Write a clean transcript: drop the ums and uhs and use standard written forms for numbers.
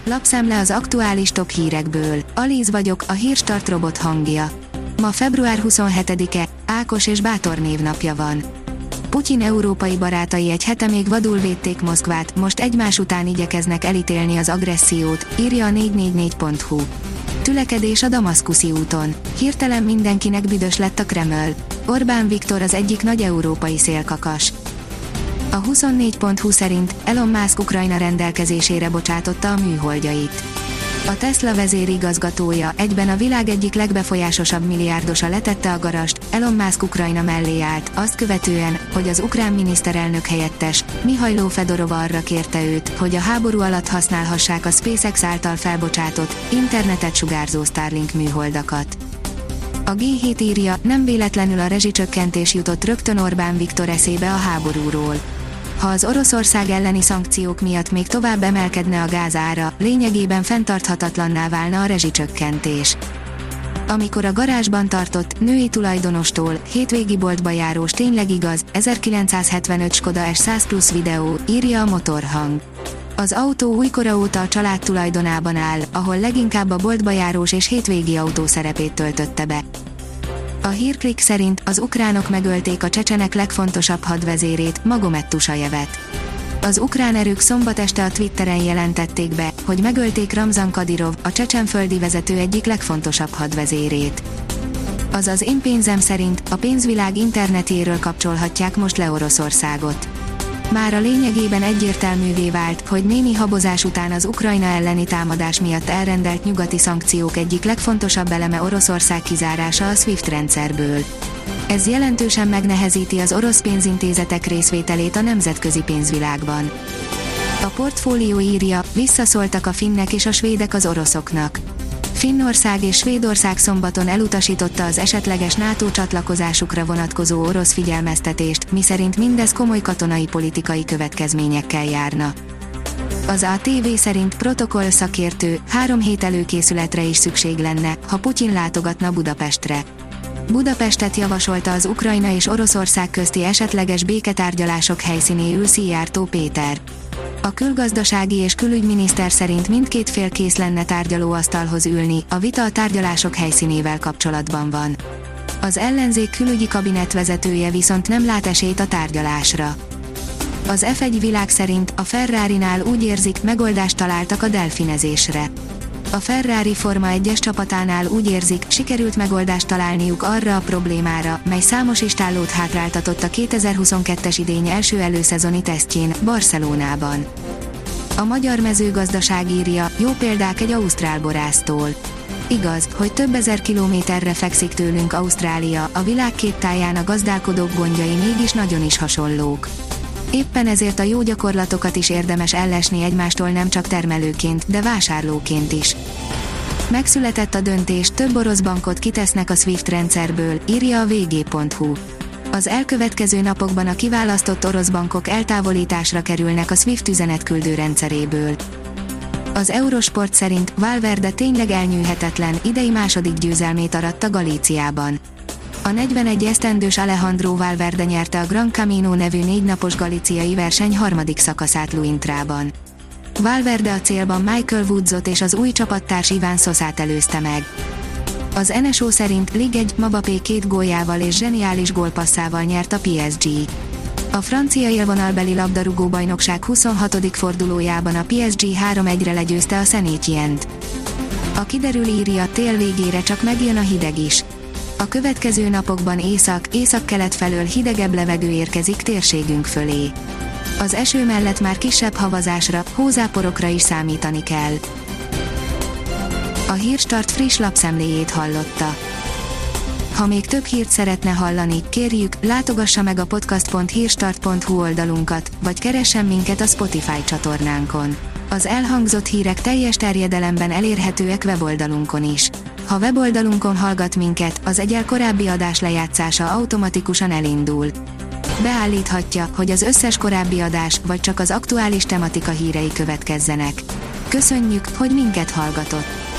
Lapszemle az aktuális top hírekből. Alíz vagyok, a Hírstart robot hangja. Ma február 27-e, Ákos és Bátor névnapja van. Putyin európai barátai egy hete még vadul védték Moszkvát, most egymás után igyekeznek elítélni az agressziót, írja a 444.hu. Tülekedés a Damaszkuszi úton. Hirtelen mindenkinek büdös lett a Kreml. Orbán Viktor az egyik nagy európai szélkakas. A 24.hu szerint Elon Musk Ukrajna rendelkezésére bocsátotta a műholdjait. A Tesla vezérigazgatója, egyben a világ egyik legbefolyásosabb milliárdosa letette a garast, Elon Musk Ukrajna mellé állt, azt követően, hogy az ukrán miniszterelnök helyettes, Mihajló Fedorova arra kérte őt, hogy a háború alatt használhassák a SpaceX által felbocsátott, internetet sugárzó Starlink műholdakat. A G7 írja, nem véletlenül a rezsicsökkentés jutott rögtön Orbán Viktor eszébe a háborúról. Ha az Oroszország elleni szankciók miatt még tovább emelkedne a gáz ára, lényegében fenntarthatatlanná válna a rezsicsökkentés. Amikor a garázsban tartott, női tulajdonostól, hétvégi boltba járós tényleg igaz, 1975 Skoda S100 Plus videó, írja a Motorhang. Az autó újkora óta a család tulajdonában áll, ahol leginkább a boltba járós és hétvégi autó szerepét töltötte be. A Hírklik szerint az ukránok megölték a csecsenek legfontosabb hadvezérét, Magomed Tusajevet. Az ukrán erők szombat este a Twitteren jelentették be, hogy megölték Ramzan Kadirov, a csecsen földi vezető egyik legfontosabb hadvezérét. Azaz Én pénzem szerint a pénzvilág internetjéről kapcsolhatják most le Oroszországot. Már a lényegében egyértelművé vált, hogy némi habozás után az Ukrajna elleni támadás miatt elrendelt nyugati szankciók egyik legfontosabb eleme Oroszország kizárása a SWIFT rendszerből. Ez jelentősen megnehezíti az orosz pénzintézetek részvételét a nemzetközi pénzvilágban. A Portfólió írja, visszaszóltak a finnek és a svédek az oroszoknak. Finnország és Svédország szombaton elutasította az esetleges NATO csatlakozásukra vonatkozó orosz figyelmeztetést, miszerint mindez komoly katonai-politikai következményekkel járna. Az ATV szerint protokoll szakértő, 3 hét előkészületre is szükség lenne, ha Putyin látogatna Budapestre. Budapestet javasolta az Ukrajna és Oroszország közti esetleges béketárgyalások helyszínéül Szijjártó Péter. A külgazdasági és külügyminiszter szerint mindkét fél kész lenne tárgyalóasztalhoz ülni, a vita a tárgyalások helyszínével kapcsolatban van. Az ellenzék külügyi kabinett vezetője viszont nem lát esélyt a tárgyalásra. Az F1 világ szerint a Ferrarinál úgy érzik, megoldást találtak a delfinezésre. A Ferrari Forma 1-es csapatánál úgy érzik, sikerült megoldást találniuk arra a problémára, mely számos istállót hátráltatott a 2022-es idény első előszezoni tesztjén, Barcelonában. A Magyar Mezőgazdaság írja, jó példák egy ausztrál borásztól. Igaz, hogy több ezer kilométerre fekszik tőlünk Ausztrália, a világ két táján a gazdálkodók gondjai mégis nagyon is hasonlók. Éppen ezért a jó gyakorlatokat is érdemes ellesni egymástól nem csak termelőként, de vásárlóként is. Megszületett a döntés, több orosz bankot kitesznek a SWIFT rendszerből, írja a vg.hu. Az elkövetkező napokban a kiválasztott orosz bankok eltávolításra kerülnek a SWIFT üzenetküldő rendszeréből. Az Eurosport szerint Valverde tényleg elnyűhetetlen, idei második győzelmét aratta Galíciában. A 41 esztendős Alejandro Valverde nyerte a Gran Camino nevű 4 napos galíciai verseny harmadik szakaszát Luintrában. Valverde a célban Michael Woodsot és az új csapattárs Iván Szosát előzte meg. Az NSO szerint Ligue 1 Mbappé 2 góljával és zseniális gólpasszával nyert a PSG. A francia élvonalbeli labdarúgó-bajnokság 26. fordulójában a PSG 3-1-re legyőzte a Saint-Étienne-t. A kiderül írja, tél végére csak megjön a hideg is. A következő napokban észak-kelet felől hidegebb levegő érkezik térségünk fölé. Az eső mellett már kisebb havazásra, hózáporokra is számítani kell. A Hírstart friss lapszemléjét hallotta. Ha még több hírt szeretne hallani, kérjük, látogassa meg a podcast.hírstart.hu oldalunkat, vagy keressen minket a Spotify csatornánkon. Az elhangzott hírek teljes terjedelemben elérhetőek weboldalunkon is. Ha weboldalunkon hallgat minket, az egyel korábbi adás lejátszása automatikusan elindul. Beállíthatja, hogy az összes korábbi adás, vagy csak az aktuális tematika hírei következzenek. Köszönjük, hogy minket hallgatott!